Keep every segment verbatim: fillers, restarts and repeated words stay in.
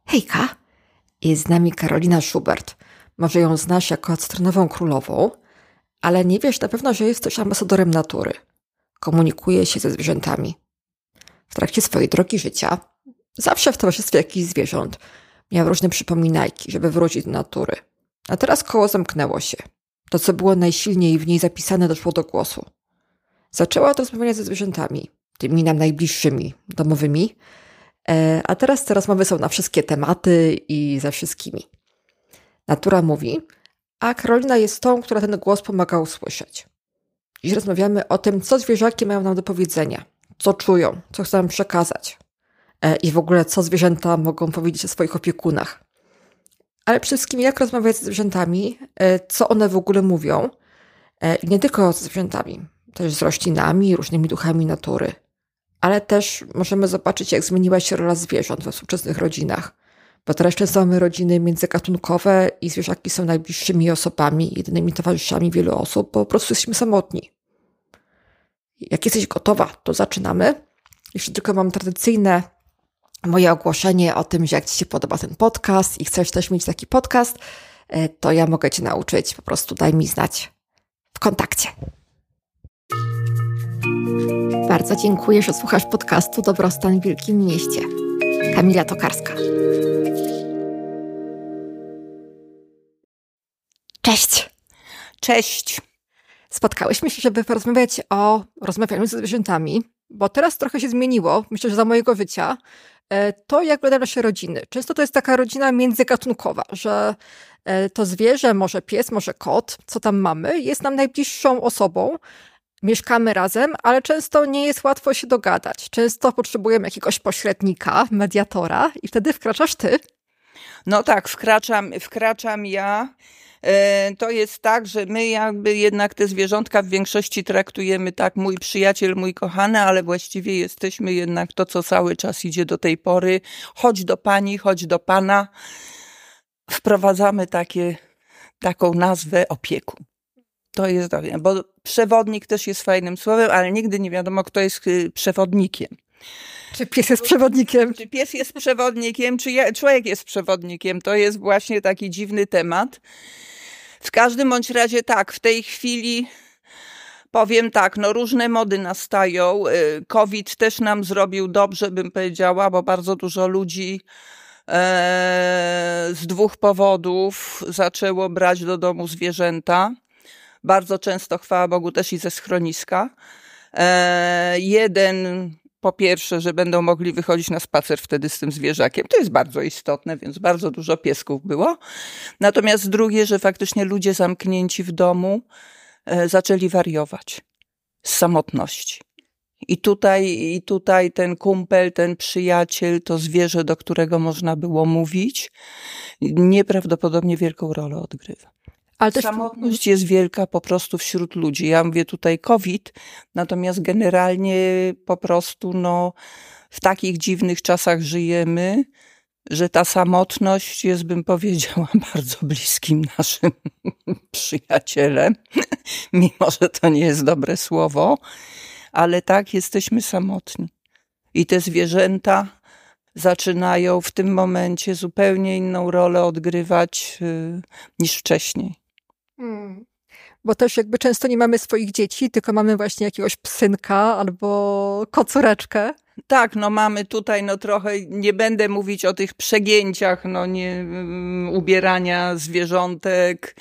Hejka, jest z nami Karolina Schubert. Może ją znasz jako cytrynową królową, ale nie wiesz na pewno, że jest też ambasadorem natury. Komunikuje się ze zwierzętami. W trakcie swojej drogi życia, zawsze w towarzystwie jakichś zwierząt, miała różne przypominajki, żeby wrócić do natury. A teraz koło zamknęło się. To, co było najsilniej w niej zapisane, doszło do głosu. Zaczęła od rozmawiania ze zwierzętami, tymi nam najbliższymi, domowymi, a teraz te rozmowy są na wszystkie tematy i ze wszystkimi. Natura mówi, a Karolina jest tą, która ten głos pomaga usłyszeć. Dziś rozmawiamy o tym, co zwierzaki mają nam do powiedzenia, co czują, co chcą nam przekazać i w ogóle co zwierzęta mogą powiedzieć o swoich opiekunach. Ale przede wszystkim jak rozmawiać ze zwierzętami, co one w ogóle mówią i nie tylko ze zwierzętami, też z roślinami, różnymi duchami natury. Ale też możemy zobaczyć, jak zmieniła się rola zwierząt we współczesnych rodzinach. Bo teraz często mamy rodziny międzygatunkowe i zwierzaki są najbliższymi osobami, jedynymi towarzyszami wielu osób, bo po prostu jesteśmy samotni. Jak jesteś gotowa, to zaczynamy. Jeszcze tylko mam tradycyjne moje ogłoszenie o tym, że jak Ci się podoba ten podcast i chcesz też mieć taki podcast, to ja mogę Cię nauczyć. Po prostu daj mi znać w kontakcie. Bardzo dziękuję, że słuchasz podcastu Dobrostan w Wielkim Mieście. Kamila Tokarska. Cześć! Cześć! Spotkałyśmy się, żeby porozmawiać o rozmawianiu ze zwierzętami, bo teraz trochę się zmieniło, myślę, że za mojego życia, to jak wyglądają nasze rodziny. Często to jest taka rodzina międzygatunkowa, że to zwierzę, może pies, może kot, co tam mamy, jest nam najbliższą osobą. Mieszkamy razem, ale często nie jest łatwo się dogadać. Często potrzebujemy jakiegoś pośrednika, mediatora i wtedy wkraczasz ty. No tak, wkraczam, wkraczam ja. E, to jest tak, że my jakby jednak te zwierzątka w większości traktujemy tak, mój przyjaciel, mój kochany, ale właściwie jesteśmy jednak to, co cały czas idzie do tej pory. Chodź do pani, chodź do pana. Wprowadzamy takie, taką nazwę opiekun. To jest dobre, bo przewodnik też jest fajnym słowem, ale nigdy nie wiadomo, kto jest przewodnikiem. Czy pies jest przewodnikiem? Czy pies jest przewodnikiem, czy ja, człowiek jest przewodnikiem. To jest właśnie taki dziwny temat. W każdym bądź razie tak, w tej chwili powiem tak, no różne mody nastają. COVID też nam zrobił dobrze, bym powiedziała, bo bardzo dużo ludzi e, z dwóch powodów zaczęło brać do domu zwierzęta. Bardzo często, chwała Bogu, też i ze schroniska. E, jeden, po pierwsze, że będą mogli wychodzić na spacer wtedy z tym zwierzakiem. To jest bardzo istotne, więc bardzo dużo piesków było. Natomiast drugie, że faktycznie ludzie zamknięci w domu e, zaczęli wariować z samotności. I tutaj, I tutaj ten kumpel, ten przyjaciel, to zwierzę, do którego można było mówić, nieprawdopodobnie wielką rolę odgrywa. Ale też samotność jest wielka po prostu wśród ludzi. Ja mówię tutaj COVID, natomiast generalnie po prostu no, w takich dziwnych czasach żyjemy, że ta samotność jest, bym powiedziała, bardzo bliskim naszym przyjacielem, mimo że to nie jest dobre słowo, ale tak, jesteśmy samotni. I te zwierzęta zaczynają w tym momencie zupełnie inną rolę odgrywać yy, niż wcześniej. Hmm. Bo też jakby często nie mamy swoich dzieci, tylko mamy właśnie jakiegoś psynka albo kocureczkę. Tak, no mamy tutaj no trochę, nie będę mówić o tych przegięciach, no nie, ubierania zwierzątek,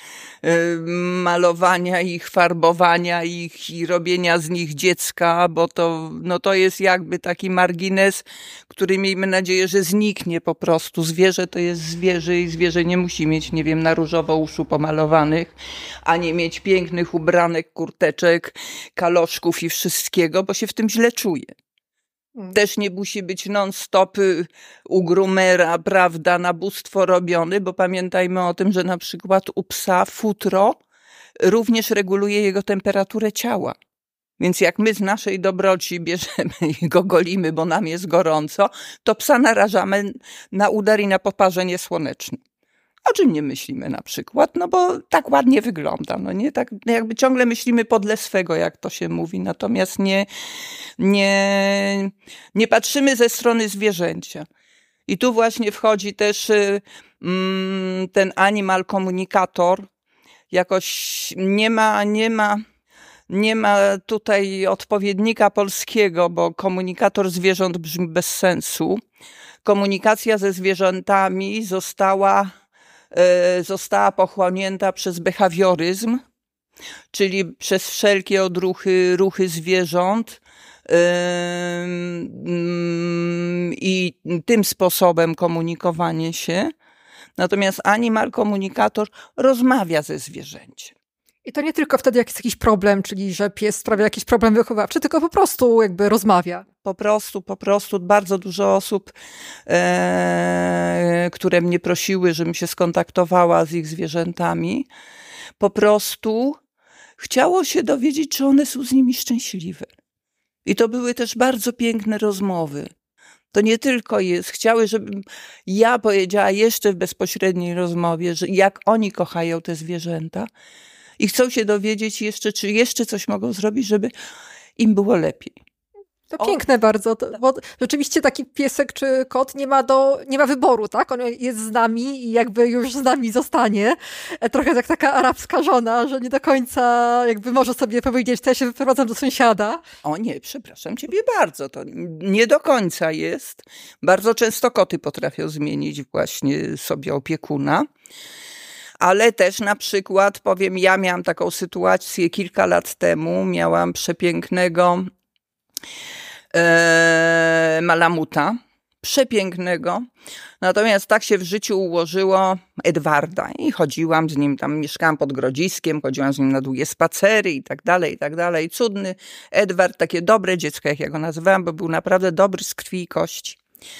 malowania ich, farbowania ich i robienia z nich dziecka, bo to, no to jest jakby taki margines, który miejmy nadzieję, że zniknie po prostu. Zwierzę to jest zwierzę i zwierzę nie musi mieć, nie wiem, na różowo uszu pomalowanych, a nie mieć pięknych ubranek, kurteczek, kaloszków i wszystkiego, bo się w tym źle czuje. Też nie musi być non-stop u groomera, prawda, na bóstwo robiony, bo pamiętajmy o tym, że na przykład u psa futro również reguluje jego temperaturę ciała. Więc jak my z naszej dobroci bierzemy i go golimy, bo nam jest gorąco, to psa narażamy na udar i na poparzenie słoneczne. O czym nie myślimy na przykład? No bo tak ładnie wygląda, no nie? Tak jakby ciągle myślimy podle swego, jak to się mówi, natomiast nie, nie, nie patrzymy ze strony zwierzęcia. I tu właśnie wchodzi też mm, ten animal komunikator. Jakoś nie ma, nie ma, nie ma tutaj odpowiednika polskiego, bo komunikator zwierząt brzmi bez sensu. Komunikacja ze zwierzętami została, e, została pochłonięta przez behawioryzm, czyli przez wszelkie odruchy, ruchy zwierząt. I tym sposobem komunikowanie się. Natomiast animal komunikator rozmawia ze zwierzęciem. I to nie tylko wtedy, jak jest jakiś problem, czyli że pies sprawia jakiś problem wychowawczy, tylko po prostu jakby rozmawia. Po prostu, po prostu bardzo dużo osób, e, które mnie prosiły, żebym się skontaktowała z ich zwierzętami, po prostu chciało się dowiedzieć, czy one są z nimi szczęśliwe. I to były też bardzo piękne rozmowy. To nie tylko jest, chciały, żebym ja powiedziała jeszcze w bezpośredniej rozmowie, że jak oni kochają te zwierzęta i chcą się dowiedzieć jeszcze, czy jeszcze coś mogą zrobić, żeby im było lepiej. To o, piękne bardzo, to, bo rzeczywiście taki piesek czy kot nie ma, do, nie ma wyboru, tak? On jest z nami i jakby już z nami zostanie. Trochę jak taka arabska żona, że nie do końca jakby może sobie powiedzieć, to ja się wyprowadzam do sąsiada. O nie, przepraszam ciebie bardzo, to nie do końca jest. Bardzo często koty potrafią zmienić właśnie sobie opiekuna. Ale też na przykład, powiem, ja miałam taką sytuację kilka lat temu, miałam przepięknego e, malamuta, przepięknego, natomiast tak się w życiu ułożyło Edwarda i chodziłam z nim, tam mieszkałam pod Grodziskiem, chodziłam z nim na długie spacery i tak dalej, i tak dalej. Cudny Edward, takie dobre dziecko, jak ja go nazywałam, bo był naprawdę dobry z krwi i kości.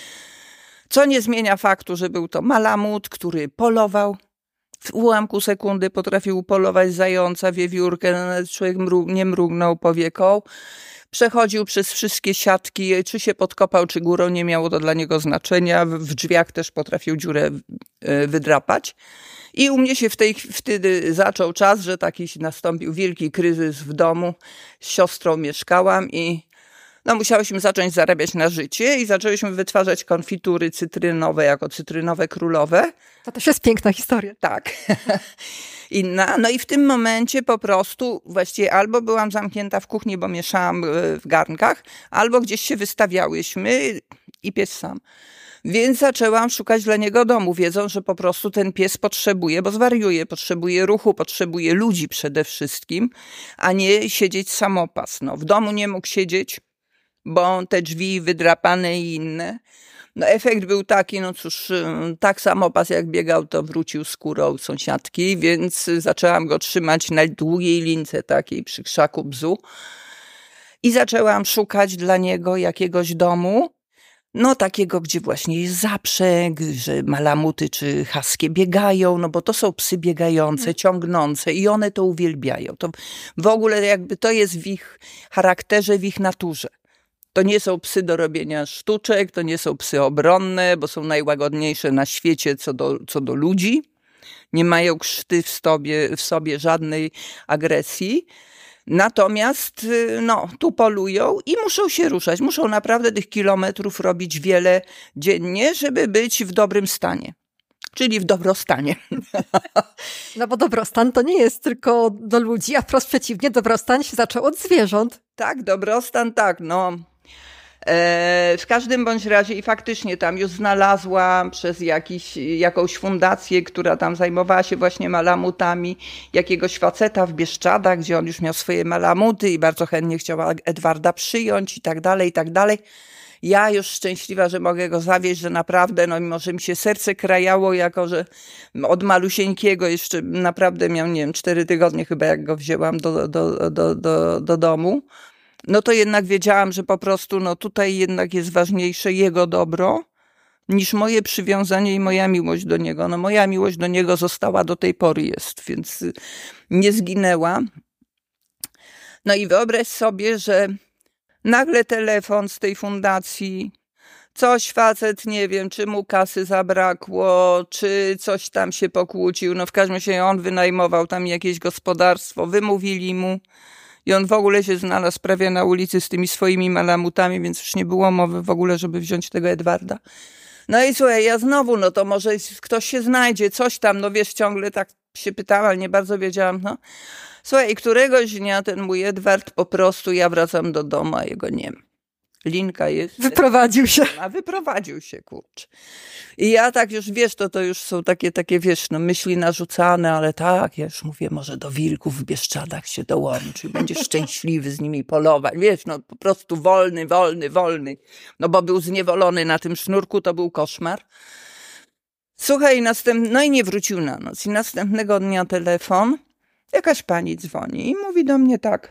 Co nie zmienia faktu, że był to malamut, który polował. W ułamku sekundy potrafił upolować zająca, wiewiórkę, nawet człowiek mrug, nie mrugnął powieką. Przechodził przez wszystkie siatki, czy się podkopał, czy górą, nie miało to dla niego znaczenia. W drzwiach też potrafił dziurę wydrapać. I u mnie się w tej, wtedy zaczął czas, że taki nastąpił wielki kryzys w domu. Z siostrą mieszkałam i no, musiałyśmy zacząć zarabiać na życie i zaczęłyśmy wytwarzać konfitury cytrynowe jako cytrynowe królowe. To też jest piękna historia. Tak. I na, no i w tym momencie po prostu właściwie albo byłam zamknięta w kuchni, bo mieszałam w garnkach, albo gdzieś się wystawiałyśmy i pies sam. Więc zaczęłam szukać dla niego domu, wiedząc, że po prostu ten pies potrzebuje, bo zwariuje, potrzebuje ruchu, potrzebuje ludzi przede wszystkim, a nie siedzieć samopas. No, w domu nie mógł siedzieć, bo te drzwi wydrapane i inne. No efekt był taki, no cóż, tak samopas jak biegał, to wrócił skórą sąsiadki, więc zaczęłam go trzymać na długiej lince takiej przy krzaku bzu i zaczęłam szukać dla niego jakiegoś domu, no takiego, gdzie właśnie jest zaprzęg, że malamuty czy huskie biegają, no bo to są psy biegające, ciągnące i one to uwielbiają. To w ogóle jakby to jest w ich charakterze, w ich naturze. To nie są psy do robienia sztuczek, to nie są psy obronne, bo są najłagodniejsze na świecie co do, co do ludzi. Nie mają krzty w sobie, w sobie żadnej agresji. Natomiast no, tu polują i muszą się ruszać. Muszą naprawdę tych kilometrów robić wiele dziennie, żeby być w dobrym stanie. Czyli w dobrostanie. No bo dobrostan to nie jest tylko do ludzi, a wprost przeciwnie, dobrostan się zaczął od zwierząt. Tak, dobrostan, tak, no. E, w każdym bądź razie i faktycznie tam już znalazłam przez jakiś, jakąś fundację, która tam zajmowała się właśnie malamutami, jakiegoś faceta w Bieszczadach, gdzie on już miał swoje malamuty i bardzo chętnie chciał Edwarda przyjąć i tak dalej, i tak dalej. Ja już szczęśliwa, że mogę go zawieźć, że naprawdę, no mimo, że mi się serce krajało, jako że od malusieńkiego jeszcze naprawdę miał, nie wiem, cztery tygodnie chyba, jak go wzięłam do, do, do, do, do domu, no to jednak wiedziałam, że po prostu, no tutaj jednak jest ważniejsze jego dobro niż moje przywiązanie i moja miłość do niego. No moja miłość do niego została, do tej pory jest, więc nie zginęła. No i wyobraź sobie, że nagle telefon z tej fundacji, coś facet, nie wiem, czy mu kasy zabrakło, czy coś tam się pokłócił. No w każdym razie on wynajmował tam jakieś gospodarstwo, wymówili mu i on w ogóle się znalazł prawie na ulicy z tymi swoimi malamutami, więc już nie było mowy w ogóle, żeby wziąć tego Edwarda. No i słuchaj, ja znowu, no to może ktoś się znajdzie, coś tam, no wiesz, ciągle tak się pytałam, ale nie bardzo wiedziałam, no. Słuchaj, i któregoś dnia ten mój Edward po prostu, ja wracam do domu, a jego nie ma. Linka jest. Wyprowadził się. A wyprowadził się, kurczę. I ja tak już, wiesz, to to już są takie, takie wiesz, no myśli narzucane, ale tak, ja już mówię, może do wilków w Bieszczadach się dołączy, będziesz szczęśliwy z nimi polować, wiesz, no po prostu wolny, wolny, wolny. No bo był zniewolony na tym sznurku, to był koszmar. Słuchaj, następ... no i nie wrócił na noc. I następnego dnia telefon, jakaś pani dzwoni i mówi do mnie tak.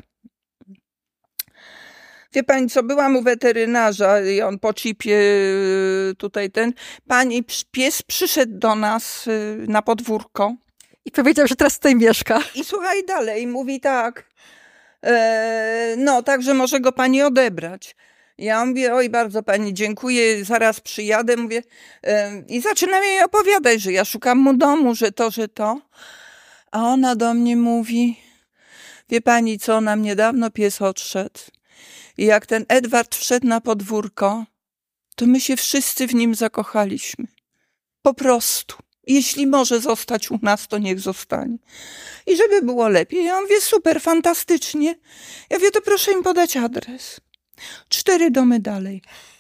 Wie pani co, byłam u weterynarza i on po chipie tutaj ten, pani, pies przyszedł do nas na podwórko. I powiedział, że teraz tutaj mieszka. I słuchaj dalej, mówi tak, e, no także może go pani odebrać. Ja mówię, oj bardzo pani dziękuję, zaraz przyjadę, mówię e, i zaczynam jej opowiadać, że ja szukam mu domu, że to, że to. A ona do mnie mówi, wie pani co, nam niedawno pies odszedł. I jak ten Edward wszedł na podwórko, to my się wszyscy w nim zakochaliśmy. Po prostu. Jeśli może zostać u nas, to niech zostanie. I żeby było lepiej. Ja mówię, super, fantastycznie. Ja mówię, to proszę mi podać adres. Cztery domy dalej.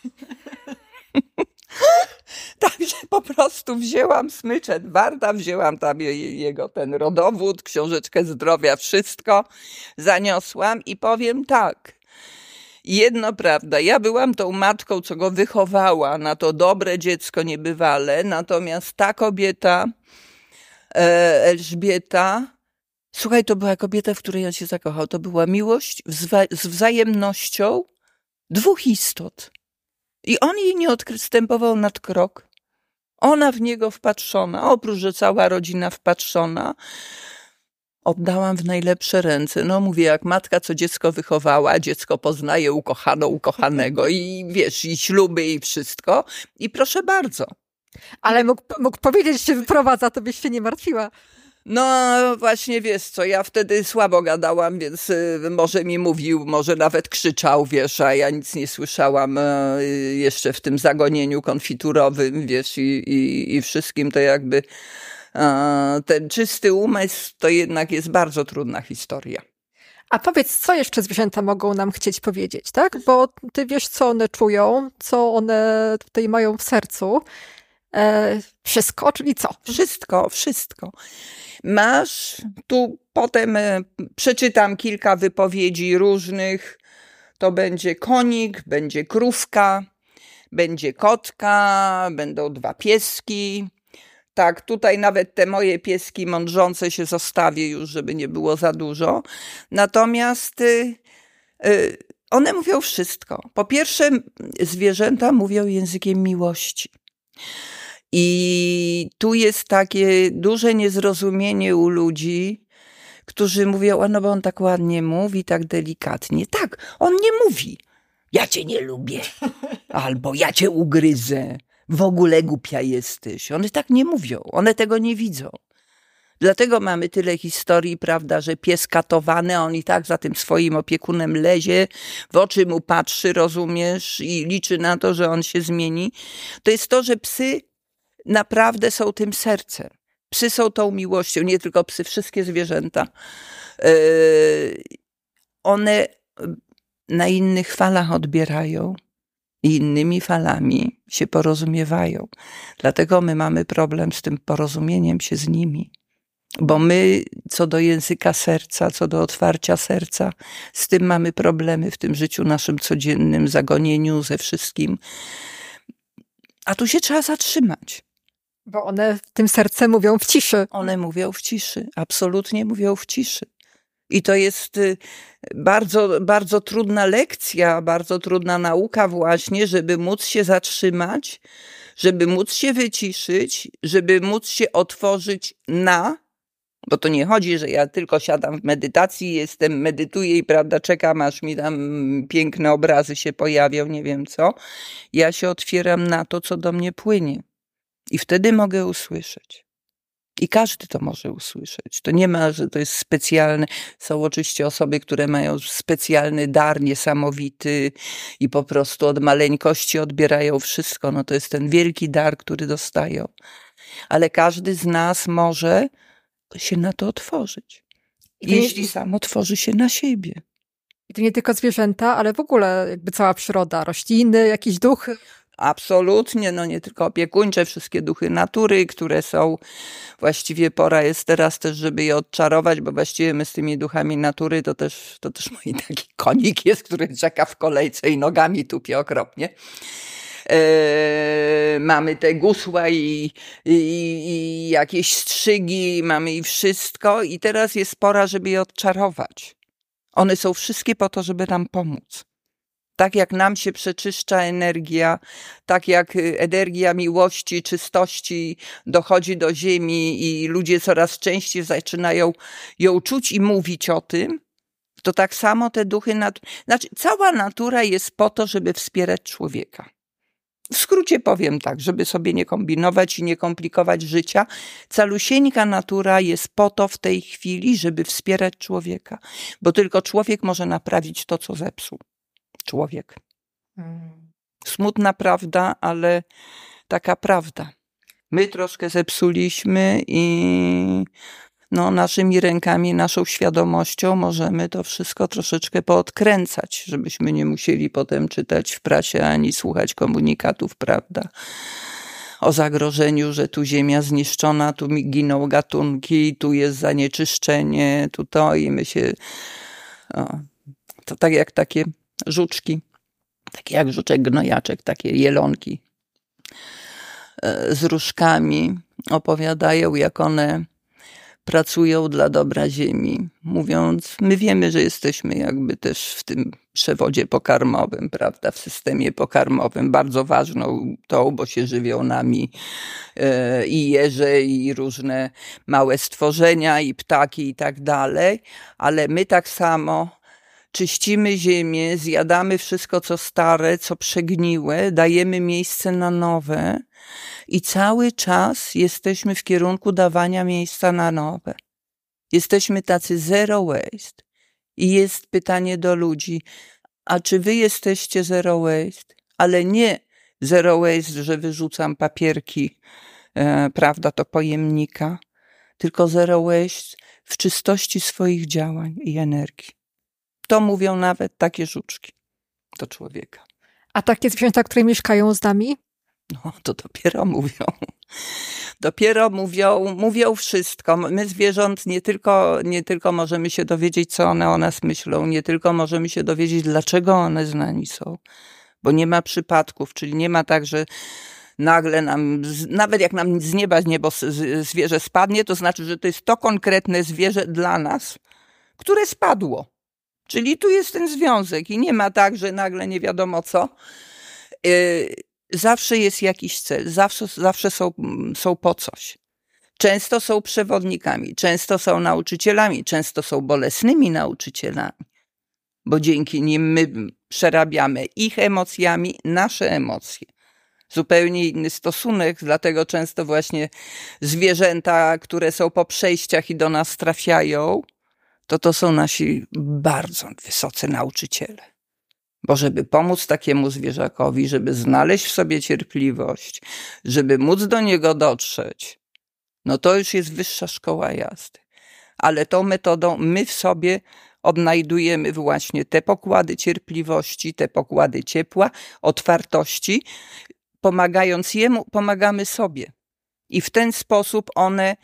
Także po prostu wzięłam smycz Edwarda, wzięłam tam jego ten rodowód, książeczkę zdrowia, wszystko zaniosłam i powiem tak. Jedno prawda, ja byłam tą matką, co go wychowała na to dobre dziecko niebywale, natomiast ta kobieta, e, Elżbieta, słuchaj, to była kobieta, w której on się zakochał. To była miłość wzwa- z wzajemnością dwóch istot. I on jej nie odstępował nad krok. Ona w niego wpatrzona, oprócz, że cała rodzina wpatrzona, oddałam w najlepsze ręce. No mówię, jak matka, co dziecko wychowała, dziecko poznaje ukochaną, ukochanego i wiesz, i śluby i wszystko. I proszę bardzo. Ale mógł, mógł powiedzieć, że się wyprowadza, to byś się nie martwiła. No właśnie, wiesz co, ja wtedy słabo gadałam, więc y, może mi mówił, może nawet krzyczał, wiesz, a ja nic nie słyszałam y, jeszcze w tym zagonieniu konfiturowym, wiesz, i, i, i wszystkim to jakby y, ten czysty umysł to jednak jest bardzo trudna historia. A powiedz, co jeszcze zwierzęta mogą nam chcieć powiedzieć, tak? Bo ty wiesz, co one czują, co one tutaj mają w sercu. E, wszystko, czyli co? Wszystko, wszystko. Masz, tu potem e, przeczytam kilka wypowiedzi różnych. To będzie konik, będzie krówka, będzie kotka, będą dwa pieski. Tak, tutaj nawet te moje pieski mądrzące się zostawię już, żeby nie było za dużo. Natomiast y, y, one mówią wszystko. Po pierwsze, zwierzęta mówią językiem miłości. I tu jest takie duże niezrozumienie u ludzi, którzy mówią, a no bo on tak ładnie mówi, tak delikatnie. Tak, on nie mówi, ja cię nie lubię, albo ja cię ugryzę, w ogóle głupia jesteś. One tak nie mówią, one tego nie widzą. Dlatego mamy tyle historii, prawda, że pies katowany, a on i tak za tym swoim opiekunem lezie, w oczy mu patrzy, rozumiesz, i liczy na to, że on się zmieni. To jest to, że psy naprawdę są tym sercem. Psy są tą miłością, nie tylko psy, wszystkie zwierzęta. Yy, one na innych falach odbierają i innymi falami się porozumiewają. Dlatego my mamy problem z tym porozumieniem się z nimi. Bo my co do języka serca, co do otwarcia serca, z tym mamy problemy w tym życiu naszym codziennym, zagonieniu ze wszystkim. A tu się trzeba zatrzymać. Bo one tym sercem mówią w ciszy. One mówią w ciszy, absolutnie mówią w ciszy. I to jest bardzo, bardzo trudna lekcja, bardzo trudna nauka właśnie, żeby móc się zatrzymać, żeby móc się wyciszyć, żeby móc się otworzyć na, bo to nie chodzi, że ja tylko siadam w medytacji, jestem, medytuję i prawda, czekam, aż mi tam piękne obrazy się pojawią, nie wiem co. Ja się otwieram na to, co do mnie płynie. I wtedy mogę usłyszeć. I każdy to może usłyszeć. To nie ma, że to jest specjalne. Są oczywiście osoby, które mają specjalny dar niesamowity i po prostu od maleńkości odbierają wszystko. No to jest ten wielki dar, który dostają. Ale każdy z nas może się na to otworzyć. I jeśli nie... sam otworzy się na siebie. I to nie tylko zwierzęta, ale w ogóle jakby cała przyroda, rośliny, jakieś duchy. Absolutnie, no nie tylko opiekuńcze, wszystkie duchy natury, które są, właściwie pora jest teraz też, żeby je odczarować, bo właściwie my z tymi duchami natury, to też, to też mój taki konik jest, który czeka w kolejce i nogami tupie okropnie. E, mamy te gusła i, i, i jakieś strzygi, mamy i wszystko i teraz jest pora, żeby je odczarować. One są wszystkie po to, żeby nam pomóc. Tak jak nam się przeczyszcza energia, tak jak energia miłości, czystości dochodzi do ziemi i ludzie coraz częściej zaczynają ją czuć i mówić o tym, to tak samo te duchy, nat- znaczy cała natura jest po to, żeby wspierać człowieka. W skrócie powiem tak, żeby sobie nie kombinować i nie komplikować życia. Calusieńka natura jest po to w tej chwili, żeby wspierać człowieka, bo tylko człowiek może naprawić to, co zepsuł. Człowiek. Hmm. Smutna prawda, ale taka prawda. My troszkę zepsuliśmy i no, naszymi rękami, naszą świadomością możemy to wszystko troszeczkę poodkręcać, żebyśmy nie musieli potem czytać w prasie ani słuchać komunikatów, prawda, o zagrożeniu, że tu ziemia zniszczona, tu giną gatunki, tu jest zanieczyszczenie, tu to i my się... O, to tak jak takie żuczki, takie jak żuczek gnojaczek, takie jelonki z różkami opowiadają, jak one pracują dla dobra ziemi, mówiąc, my wiemy, że jesteśmy jakby też w tym przewodzie pokarmowym, prawda, w systemie pokarmowym, bardzo ważną tą, bo się żywią nami e, i jeże, i różne małe stworzenia, i ptaki i tak dalej, ale my tak samo czyścimy ziemię, zjadamy wszystko, co stare, co przegniłe, dajemy miejsce na nowe i cały czas jesteśmy w kierunku dawania miejsca na nowe. Jesteśmy tacy zero waste. I jest pytanie do ludzi, a czy wy jesteście zero waste? Ale nie zero waste, że wyrzucam papierki, e, prawda, do pojemnika, tylko zero waste w czystości swoich działań i energii. To mówią nawet takie żuczki do człowieka. A takie zwierzęta, które mieszkają z nami? No, to dopiero mówią. Dopiero mówią, mówią wszystko. My zwierząt nie tylko, nie tylko możemy się dowiedzieć, co one o nas myślą, nie tylko możemy się dowiedzieć, dlaczego one z nami są. Bo nie ma przypadków, czyli nie ma tak, że nagle nam, nawet jak nam z nieba z niebo zwierzę spadnie, to znaczy, że to jest to konkretne zwierzę dla nas, które spadło. Czyli tu jest ten związek i nie ma tak, że nagle nie wiadomo co. Yy, zawsze jest jakiś cel, zawsze, zawsze są, są po coś. Często są przewodnikami, często są nauczycielami, często są bolesnymi nauczycielami, bo dzięki nim my przerabiamy ich emocjami nasze emocje. Zupełnie inny stosunek, dlatego często właśnie zwierzęta, które są po przejściach i do nas trafiają, to to są nasi bardzo wysocy nauczyciele. Bo żeby pomóc takiemu zwierzakowi, żeby znaleźć w sobie cierpliwość, żeby móc do niego dotrzeć, no to już jest wyższa szkoła jazdy. Ale tą metodą my w sobie odnajdujemy właśnie te pokłady cierpliwości, te pokłady ciepła, otwartości. Pomagając jemu, pomagamy sobie. I w ten sposób one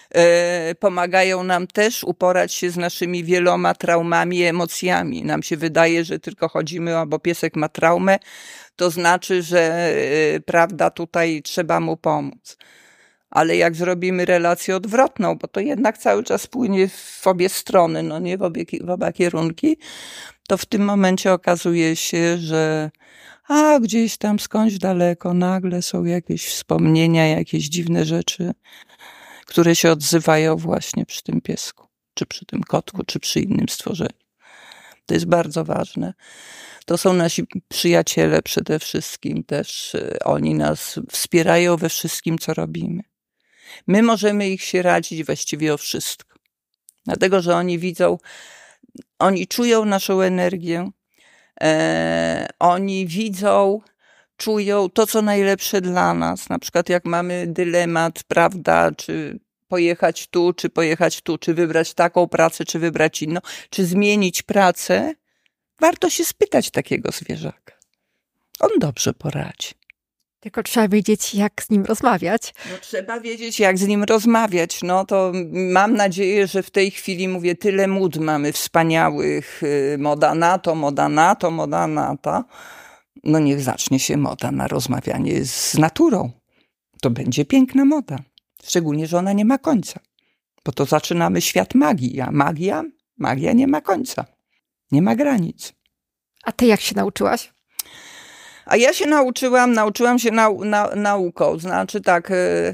e, pomagają nam też uporać się z naszymi wieloma traumami, emocjami. Nam się wydaje, że tylko chodzimy, albo piesek ma traumę, to znaczy, że e, prawda, tutaj trzeba mu pomóc. Ale jak zrobimy relację odwrotną, bo to jednak cały czas płynie w obie strony, no nie w obie, w oba kierunki, to w tym momencie okazuje się, że a gdzieś tam skądś daleko nagle są jakieś wspomnienia, jakieś dziwne rzeczy, które się odzywają właśnie przy tym piesku, czy przy tym kotku, czy przy innym stworzeniu. To jest bardzo ważne. To są nasi przyjaciele przede wszystkim też. Oni nas wspierają we wszystkim, co robimy. My możemy ich się radzić właściwie o wszystko. Dlatego, że oni widzą, oni czują naszą energię, e, oni widzą, czują to, co najlepsze dla nas. Na przykład jak mamy dylemat, prawda, czy pojechać tu, czy pojechać tu, czy wybrać taką pracę, czy wybrać inną, czy zmienić pracę, warto się spytać takiego zwierzaka. On dobrze poradzi. Tylko trzeba wiedzieć, jak z nim rozmawiać. No, trzeba wiedzieć, jak z nim rozmawiać. No to mam nadzieję, że w tej chwili, mówię, tyle mód mamy wspaniałych. Moda na to, moda na to, moda na to. No niech zacznie się moda na rozmawianie z naturą. To będzie piękna moda. Szczególnie, że ona nie ma końca. Bo to zaczynamy świat magii. A magia, magia nie ma końca. Nie ma granic. A ty jak się nauczyłaś? A ja się nauczyłam, nauczyłam się nau, na, nauką. Znaczy tak, e,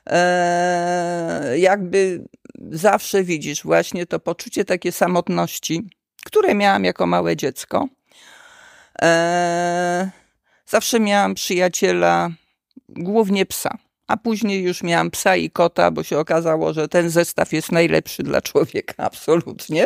e, jakby zawsze widzisz właśnie to poczucie takie samotności, które miałam jako małe dziecko. E, zawsze miałam przyjaciela, głównie psa. A później już miałam psa i kota, bo się okazało, że ten zestaw jest najlepszy dla człowieka, absolutnie.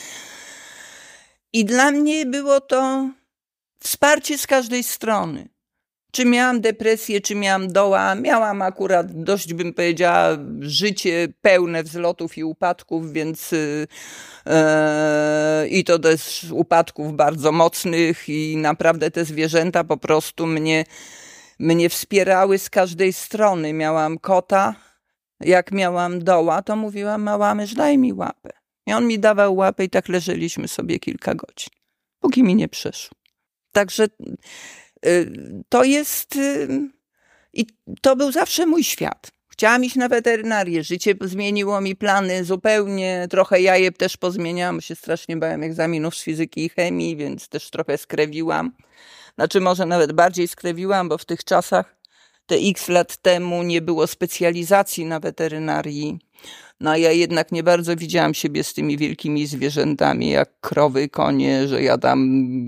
I dla mnie było to wsparcie z każdej strony. Czy miałam depresję, czy miałam doła, miałam akurat dość, bym powiedziała, życie pełne wzlotów i upadków, więc yy, i to też upadków bardzo mocnych i naprawdę te zwierzęta po prostu mnie, mnie wspierały z każdej strony. Miałam kota, jak miałam doła, to mówiłam: mała mysz, daj mi łapę. I on mi dawał łapę i tak leżeliśmy sobie kilka godzin, póki mi nie przeszło. Także to jest, i to był zawsze mój świat. Chciałam iść na weterynarię, życie zmieniło mi plany zupełnie, trochę ja je też pozmieniałam, bo się strasznie bałem egzaminów z fizyki i chemii, więc też trochę skrewiłam. Znaczy może nawet bardziej skrewiłam, bo w tych czasach, te x lat temu, nie było specjalizacji na weterynarii. No a ja jednak nie bardzo widziałam siebie z tymi wielkimi zwierzętami, jak krowy, konie, że ja tam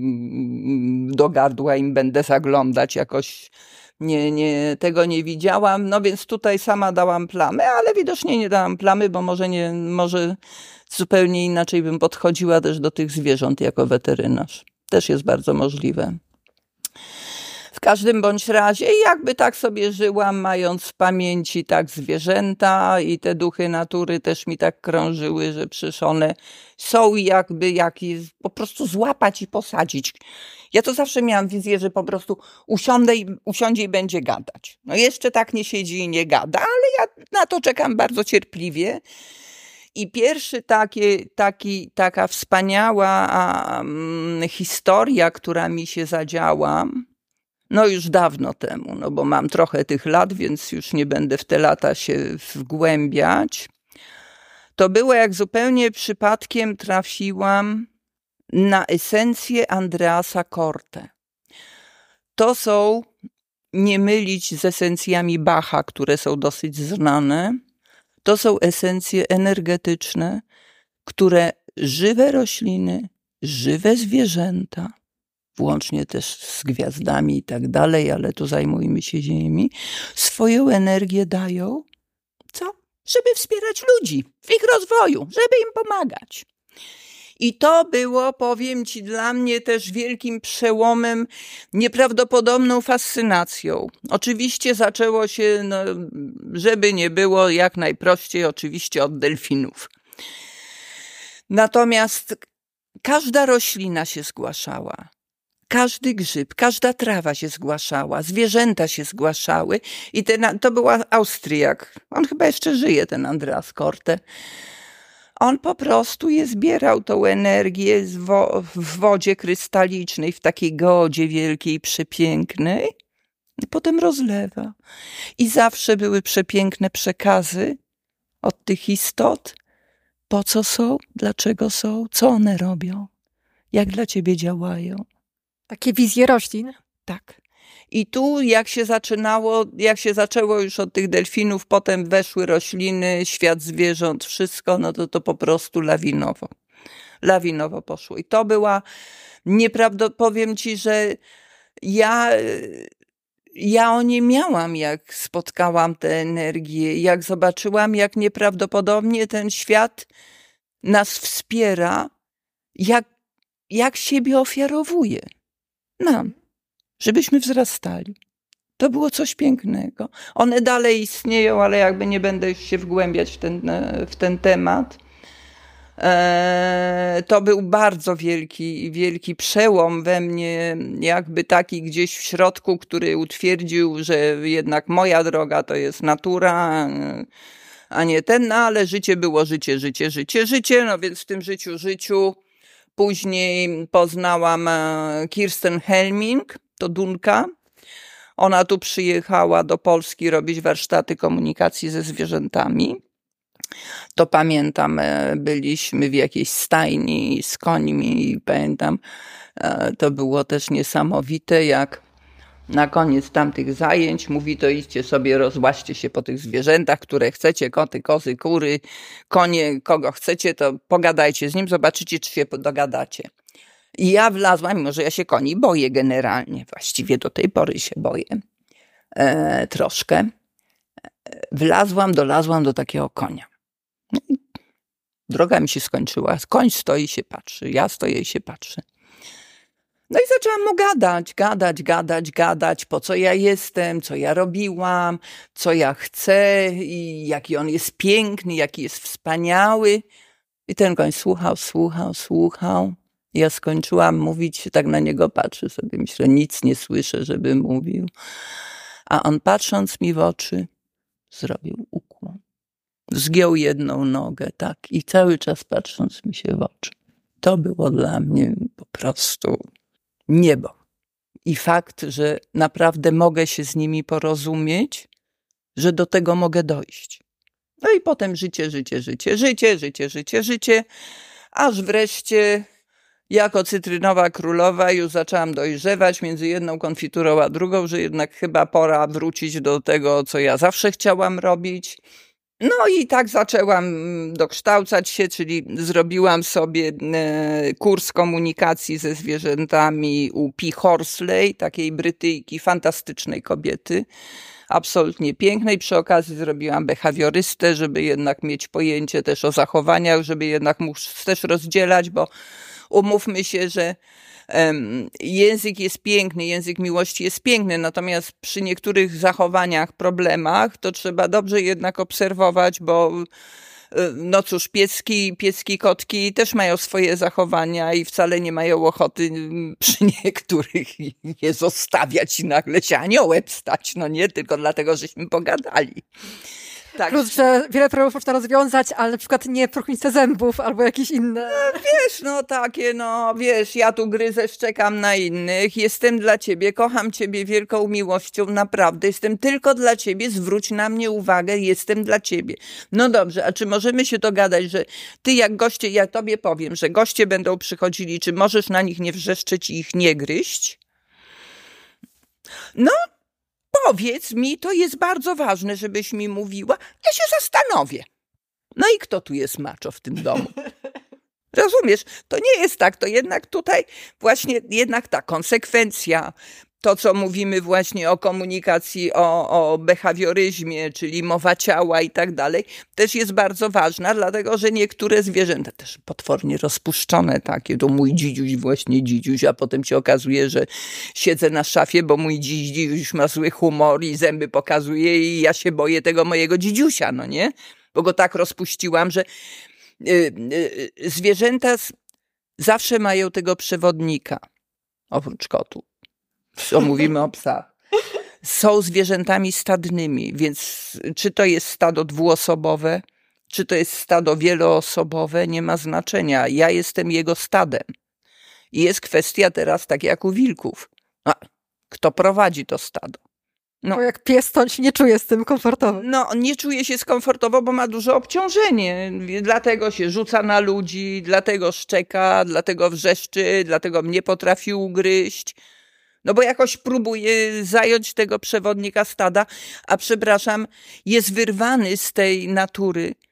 do gardła im będę zaglądać. Jakoś nie, nie, tego nie widziałam. No więc tutaj sama dałam plamę, ale widocznie nie dałam plamy, bo może, nie, może zupełnie inaczej bym podchodziła też do tych zwierząt jako weterynarz. Też jest bardzo możliwe. W każdym bądź razie jakby tak sobie żyłam, mając w pamięci tak zwierzęta i te duchy natury też mi tak krążyły, że przecież one są jakby jakieś, po prostu złapać i posadzić. Ja to zawsze miałam wizję, że po prostu usiądę i, usiądzie i będzie gadać. No jeszcze tak nie siedzi i nie gada, ale ja na to czekam bardzo cierpliwie. I pierwszy taki, taki, taka wspaniała um, historia, która mi się zadziała, no już dawno temu, no bo mam trochę tych lat, więc już nie będę w te lata się wgłębiać. To było, jak zupełnie przypadkiem trafiłam na esencję Andreasa Corte. To są, nie mylić z esencjami Bacha, które są dosyć znane. To są esencje energetyczne, które żywe rośliny, żywe zwierzęta, włącznie też z gwiazdami i tak dalej, ale tu zajmujmy się Ziemi, swoją energię dają, co? Żeby wspierać ludzi w ich rozwoju, żeby im pomagać. I to było, powiem ci, dla mnie też wielkim przełomem, nieprawdopodobną fascynacją. Oczywiście zaczęło się, no, żeby nie było, jak najprościej, oczywiście od delfinów. Natomiast każda roślina się zgłaszała. Każdy grzyb, każda trawa się zgłaszała, zwierzęta się zgłaszały i ten, to była Austriak. On chyba jeszcze żyje, ten Andreas Corte. On po prostu je zbierał, tą energię z wo w wodzie krystalicznej, w takiej godzie wielkiej, przepięknej i potem rozlewa. I zawsze były przepiękne przekazy od tych istot. Po co są, dlaczego są, co one robią, jak dla ciebie działają. Takie wizje roślin? Tak. I tu jak się zaczynało, jak się zaczęło już od tych delfinów, potem weszły rośliny, świat zwierząt, wszystko, no to to po prostu lawinowo. Lawinowo poszło. I to była nieprawdopodobna, powiem ci, że ja ja o nie miałam, jak spotkałam tę energię, jak zobaczyłam, jak nieprawdopodobnie ten świat nas wspiera, jak, jak siebie ofiarowuje nam, żebyśmy wzrastali. To było coś pięknego. One dalej istnieją, ale jakby nie będę już się wgłębiać w ten, w ten temat. To był bardzo wielki, wielki przełom we mnie, jakby taki gdzieś w środku, który utwierdził, że jednak moja droga to jest natura, a nie ten, no ale życie było życie, życie, życie, życie, no więc w tym życiu, życiu później poznałam Kirsten Helming, to Dunka. Ona tu przyjechała do Polski robić warsztaty komunikacji ze zwierzętami. To pamiętam, byliśmy w jakiejś stajni z końmi i pamiętam, to było też niesamowite, jak na koniec tamtych zajęć mówi, to idźcie sobie, rozłaźcie się po tych zwierzętach, które chcecie, koty, kozy, kury, konie, kogo chcecie, to pogadajcie z nim, zobaczycie, czy się dogadacie. I ja wlazłam, mimo że ja się koni boję generalnie, właściwie do tej pory się boję e, troszkę. Wlazłam, dolazłam do takiego konia. No i droga mi się skończyła. Koń stoi i się patrzy, ja stoję i się patrzę. No i zaczęłam mu gadać, gadać, gadać, gadać, po co ja jestem, co ja robiłam, co ja chcę i jaki on jest piękny, jaki jest wspaniały. I ten koń słuchał, słuchał, słuchał. Ja skończyłam mówić, tak na niego patrzę sobie, myślę, nic nie słyszę, żeby mówił. A on patrząc mi w oczy, zrobił ukłon. Zgiął jedną nogę, tak, i cały czas patrząc mi się w oczy. To było dla mnie po prostu niebo. I fakt, że naprawdę mogę się z nimi porozumieć, że do tego mogę dojść. No i potem życie, życie, życie, życie, życie, życie, życie, aż wreszcie jako cytrynowa królowa już zaczęłam dojrzewać między jedną konfiturą a drugą, że jednak chyba pora wrócić do tego, co ja zawsze chciałam robić. No i tak zaczęłam dokształcać się, czyli zrobiłam sobie kurs komunikacji ze zwierzętami u P. Horsley, takiej Brytyjki, fantastycznej kobiety, absolutnie pięknej. Przy okazji zrobiłam behawiorystę, żeby jednak mieć pojęcie też o zachowaniach, żeby jednak móc też rozdzielać, bo umówmy się, że um, język jest piękny, język miłości jest piękny, natomiast przy niektórych zachowaniach, problemach, to trzeba dobrze jednak obserwować, bo no cóż, pieski, pieski, kotki też mają swoje zachowania i wcale nie mają ochoty przy niektórych je zostawiać i nagle się aniołem stać, no nie, tylko dlatego, żeśmy pogadali. Tak. Plus, że wiele problemów można rozwiązać, ale na przykład nie próchnicę zębów albo jakieś inne. No, wiesz, no takie, no wiesz, ja tu gryzę, szczekam na innych, jestem dla ciebie, kocham ciebie wielką miłością, naprawdę, jestem tylko dla ciebie, zwróć na mnie uwagę, jestem dla ciebie. No dobrze, a czy możemy się dogadać, że ty jak goście, ja tobie powiem, że goście będą przychodzili, czy możesz na nich nie wrzeszczeć i ich nie gryźć? No, powiedz mi, to jest bardzo ważne, żebyś mi mówiła. Ja się zastanowię. No i kto tu jest macho w tym domu? Rozumiesz? To nie jest tak. To jednak tutaj właśnie jednak ta konsekwencja, to co mówimy właśnie o komunikacji, o, o behawioryzmie, czyli mowa ciała i tak dalej, też jest bardzo ważna, dlatego że niektóre zwierzęta też potwornie rozpuszczone takie, to mój dzidziuś właśnie dzidziuś, a potem się okazuje, że siedzę na szafie, bo mój dzidziuś ma zły humor i zęby pokazuje i ja się boję tego mojego dzidziusia, no nie? Bo go tak rozpuściłam, że yy, yy, zwierzęta zawsze mają tego przewodnika, oprócz kotów. Co mówimy o psach. Są zwierzętami stadnymi, więc czy to jest stado dwuosobowe, czy to jest stado wieloosobowe, nie ma znaczenia. Ja jestem jego stadem. I jest kwestia teraz, tak jak u wilków. A, kto prowadzi to stado? No, bo jak pies, to on się nie czuje z tym komfortowo. No, nie czuje się skomfortowo, bo ma duże obciążenie. Dlatego się rzuca na ludzi, dlatego szczeka, dlatego wrzeszczy, dlatego mnie potrafi ugryźć. No bo jakoś próbuje zająć tego przewodnika stada, a przepraszam, jest wyrwany z tej natury.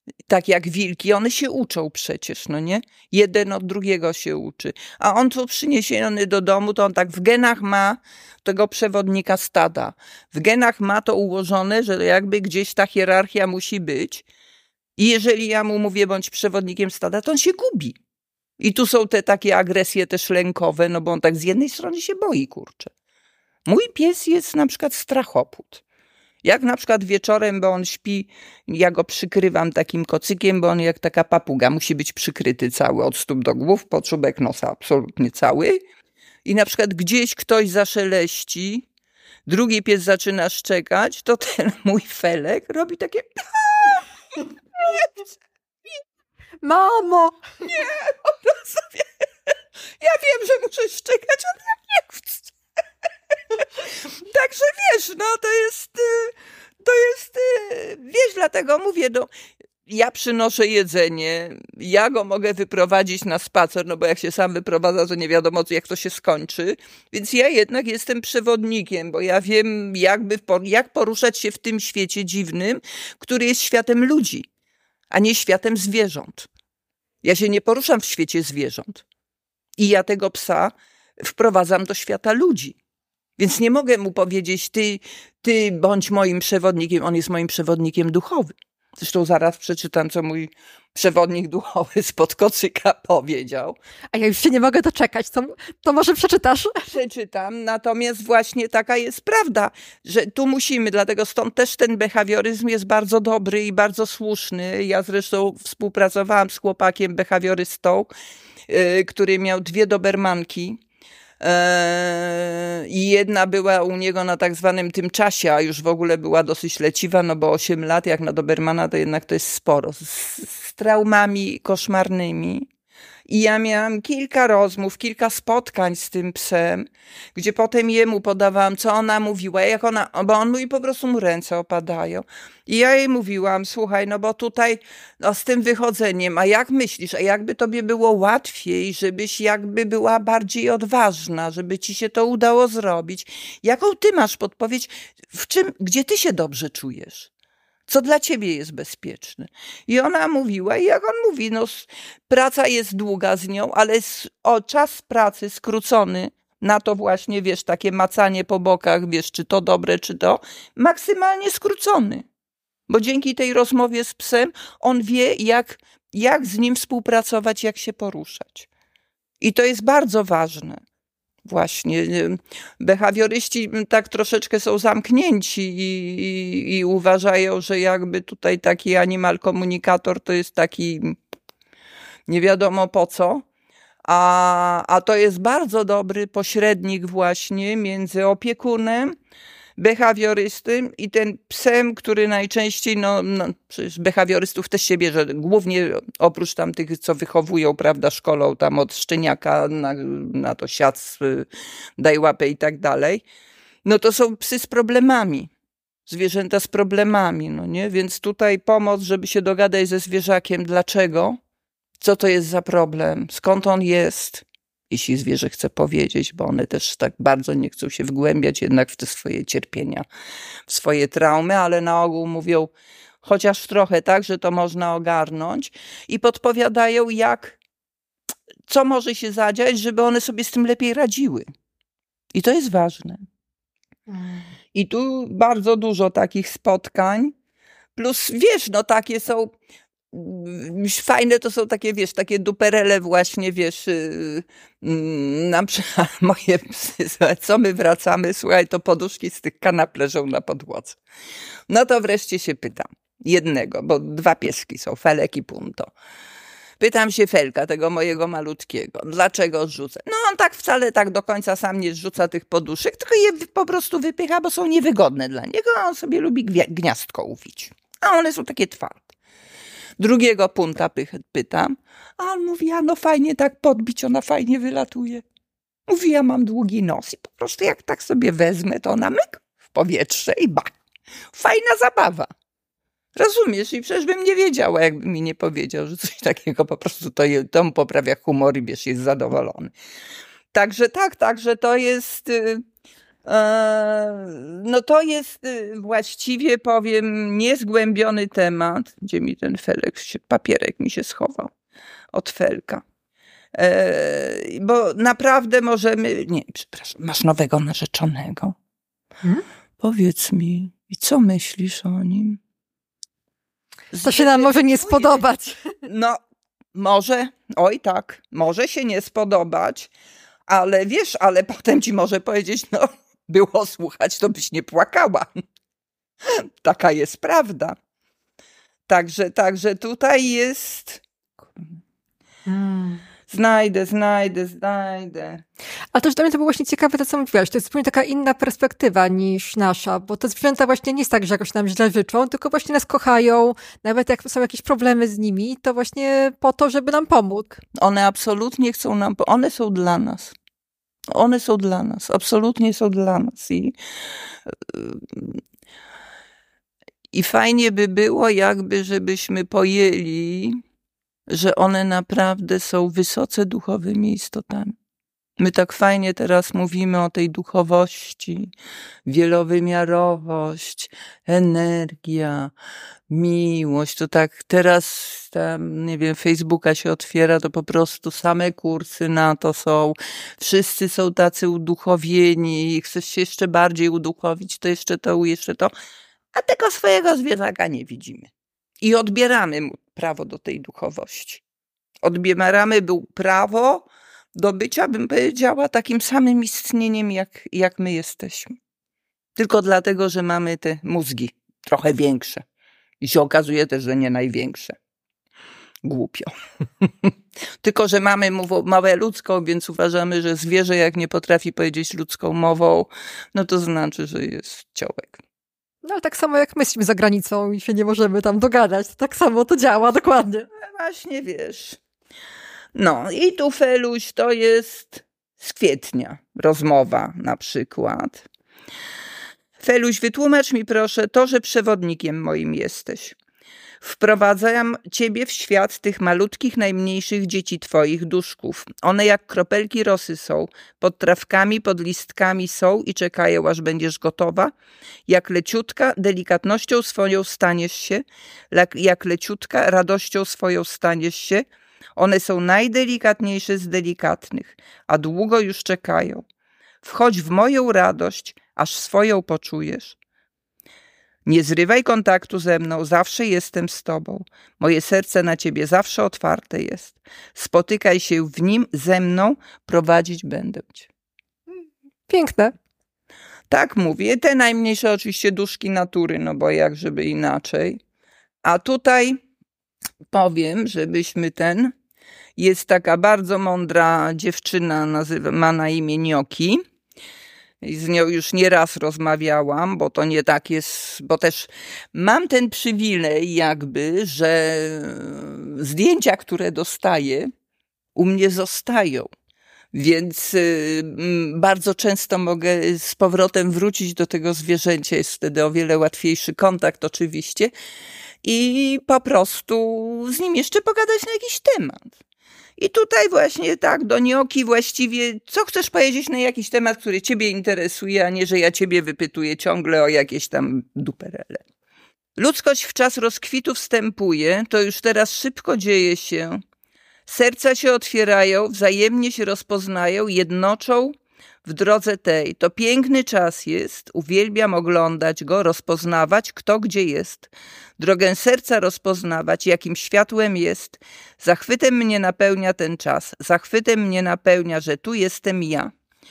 tak jak wilki, one się uczą przecież, no nie? Jeden od drugiego się uczy. A on tu przyniesiony do domu, to on tak w genach ma tego przewodnika stada. W genach ma to ułożone, że jakby gdzieś ta hierarchia musi być. I jeżeli ja mu mówię, bądź przewodnikiem stada, to on się gubi. I tu są te takie agresje też lękowe, no bo on tak z jednej strony się boi, kurczę. Mój pies jest na przykład strachoput. Jak na przykład wieczorem, bo on śpi, ja go przykrywam takim kocykiem, bo on jak taka papuga musi być przykryty cały od stóp do głów, po czubek nosa absolutnie cały. I na przykład gdzieś ktoś zaszeleści, drugi pies zaczyna szczekać, to ten mój Felek robi takie... Mamo! Nie, on sobie... Ja wiem, że muszę szczekać, ale ja nie chcę. Także wiesz, no to jest... To jest... Wiesz, dlatego mówię, no... Ja przynoszę jedzenie, ja go mogę wyprowadzić na spacer, no bo jak się sam wyprowadza, to nie wiadomo, jak to się skończy. Więc ja jednak jestem przewodnikiem, bo ja wiem, jakby, jak poruszać się w tym świecie dziwnym, który jest światem ludzi, a nie światem zwierząt. Ja się nie poruszam w świecie zwierząt. I ja tego psa wprowadzam do świata ludzi. Więc nie mogę mu powiedzieć, ty, ty bądź moim przewodnikiem, on jest moim przewodnikiem duchowym. Zresztą zaraz przeczytam, co mój przewodnik duchowy spod kocyka powiedział. A ja już się nie mogę doczekać, to, to może przeczytasz? Przeczytam, natomiast właśnie taka jest prawda, że tu musimy, dlatego stąd też ten behawioryzm jest bardzo dobry i bardzo słuszny. Ja zresztą współpracowałam z chłopakiem behawiorystą, yy, który miał dwie dobermanki. I jedna była u niego na tak zwanym tym czasie, a już w ogóle była dosyć leciwa, no bo osiem lat jak na dobermana to jednak to jest sporo, z, z traumami koszmarnymi. I ja miałam kilka rozmów, kilka spotkań z tym psem, gdzie potem jemu podawałam, co ona mówiła, jak ona, bo on mówi, po prostu mu ręce opadają. I ja jej mówiłam, słuchaj, no bo tutaj no, z tym wychodzeniem, a jak myślisz, a jakby tobie było łatwiej, żebyś jakby była bardziej odważna, żeby ci się to udało zrobić. Jaką ty masz podpowiedź, w czym, gdzie ty się dobrze czujesz? Co dla ciebie jest bezpieczne? I ona mówiła, i jak on mówi, no praca jest długa z nią, ale o czas pracy skrócony na to właśnie, wiesz, takie macanie po bokach, wiesz, czy to dobre, czy to, maksymalnie skrócony. Bo dzięki tej rozmowie z psem on wie, jak, jak z nim współpracować, jak się poruszać. I to jest bardzo ważne. Właśnie, behawioryści tak troszeczkę są zamknięci i, i, i uważają, że jakby tutaj taki animal komunikator to jest taki nie wiadomo po co, a, a to jest bardzo dobry pośrednik właśnie między opiekunem, behawiorystym i ten psem, który najczęściej, no, no przecież behawiorystów też się bierze, głównie oprócz tam tych, co wychowują, prawda, szkolą tam od szczeniaka na, na to siac, daj łapę i tak dalej, no to są psy z problemami, zwierzęta z problemami, no nie, więc tutaj pomoc, żeby się dogadać ze zwierzakiem, dlaczego, co to jest za problem, skąd on jest, jeśli zwierzę chce powiedzieć, bo one też tak bardzo nie chcą się wgłębiać jednak w te swoje cierpienia, w swoje traumy, ale na ogół mówią chociaż trochę tak, że to można ogarnąć i podpowiadają jak, co może się zadziać, żeby one sobie z tym lepiej radziły. I to jest ważne. I tu bardzo dużo takich spotkań, plus wiesz, no takie są... Fajne to są takie, wiesz, takie duperele właśnie, wiesz, yy, yy, na przykład moje psy, co my wracamy, słuchaj, to poduszki z tych kanap leżą na podłodze. No to wreszcie się pytam, jednego, bo dwa pieski są, Felek i Punto. Pytam się Felka, tego mojego malutkiego, dlaczego rzucę? No on tak wcale tak do końca sam nie zrzuca tych poduszek, tylko je po prostu wypycha, bo są niewygodne dla niego, a on sobie lubi gniazdko uwić. A one są takie twarde. Drugiego Punta pytam, a on mówi, a no fajnie tak podbić, ona fajnie wylatuje. Mówi, ja mam długi nos i po prostu jak tak sobie wezmę, to ona myk w powietrze i ba. Fajna zabawa. Rozumiesz? I przecież bym nie wiedziała, jakby mi nie powiedział, że coś takiego po prostu to, je, to mu poprawia humor i wiesz, jest zadowolony. Także tak, także to jest... No to jest właściwie, powiem, niezgłębiony temat, gdzie mi ten felek, się, papierek mi się schował od felka. Bo naprawdę możemy... Nie, przepraszam, masz nowego narzeczonego? Hmm? Powiedz mi, i co myślisz o nim? To się nam może nie spodobać. No, może, oj tak, może się nie spodobać, ale wiesz, ale potem ci może powiedzieć, no, było słuchać, to byś nie płakała. Taka jest prawda. Także, także tutaj jest... Hmm. Znajdę, znajdę, znajdę. Ale też dla mnie to było właśnie ciekawe to, co mówiłaś. To jest zupełnie taka inna perspektywa niż nasza, bo te zwierzęta właśnie nie jest tak, że jakoś nam źle życzą, tylko właśnie nas kochają, nawet jak są jakieś problemy z nimi, to właśnie po to, żeby nam pomóc. One absolutnie chcą nam, one są dla nas. One są dla nas, absolutnie są dla nas. I, i fajnie by było jakby, żebyśmy pojęli, że one naprawdę są wysoce duchowymi istotami. My tak fajnie teraz mówimy o tej duchowości, wielowymiarowość, energia, miłość. To tak teraz tam, nie wiem, Facebooka się otwiera, to po prostu same kursy na to są. Wszyscy są tacy uduchowieni i chcesz się jeszcze bardziej uduchowić, to jeszcze to, jeszcze to. A tego swojego zwierzaka nie widzimy. I odbieramy mu prawo do tej duchowości. Odbieramy mu prawo do bycia, bym powiedziała, takim samym istnieniem, jak, jak my jesteśmy. Tylko dlatego, że mamy te mózgi trochę większe. I się okazuje też, że nie największe. Głupio. Tylko, że mamy mowę ludzką, więc uważamy, że zwierzę, jak nie potrafi powiedzieć ludzką mową, no to znaczy, że jest ciołek. No ale tak samo jak my jesteśmy za granicą i się nie możemy tam dogadać, to tak samo to działa, dokładnie. No właśnie, wiesz. No i tu Feluś to jest z kwietnia rozmowa na przykład. Feluś, wytłumacz mi proszę to, że przewodnikiem moim jesteś. Wprowadzam ciebie w świat tych malutkich, najmniejszych dzieci twoich, duszków. One jak kropelki rosy są, pod trawkami, pod listkami są i czekają, aż będziesz gotowa. Jak leciutka, delikatnością swoją staniesz się, jak leciutka, radością swoją staniesz się. One są najdelikatniejsze z delikatnych, a długo już czekają. Wchodź w moją radość, aż swoją poczujesz. Nie zrywaj kontaktu ze mną, zawsze jestem z tobą. Moje serce na ciebie zawsze otwarte jest. Spotykaj się w nim ze mną, prowadzić będę cię. Piękne. Tak mówię, te najmniejsze oczywiście duszki natury, no bo jak żeby inaczej. A tutaj powiem, żebyśmy ten... Jest taka bardzo mądra dziewczyna, nazywa, ma na imię Nioki. I z nią już nieraz rozmawiałam, bo to nie tak jest, bo też mam ten przywilej jakby, że zdjęcia, które dostaję, u mnie zostają. Więc y, bardzo często mogę z powrotem wrócić do tego zwierzęcia. Jest wtedy o wiele łatwiejszy kontakt oczywiście. I po prostu z nim jeszcze pogadać na jakiś temat. I tutaj właśnie tak, do Nioki właściwie, co chcesz powiedzieć na jakiś temat, który ciebie interesuje, a nie, że ja ciebie wypytuję ciągle o jakieś tam duperele. Ludzkość w czas rozkwitu wstępuje, to już teraz szybko dzieje się. Serca się otwierają, wzajemnie się rozpoznają, jednoczą w drodze tej. To piękny czas jest, uwielbiam oglądać go, rozpoznawać, kto gdzie jest. Drogę serca rozpoznawać, jakim światłem jest. Zachwytem mnie napełnia ten czas. Zachwytem mnie napełnia, że tu jestem ja.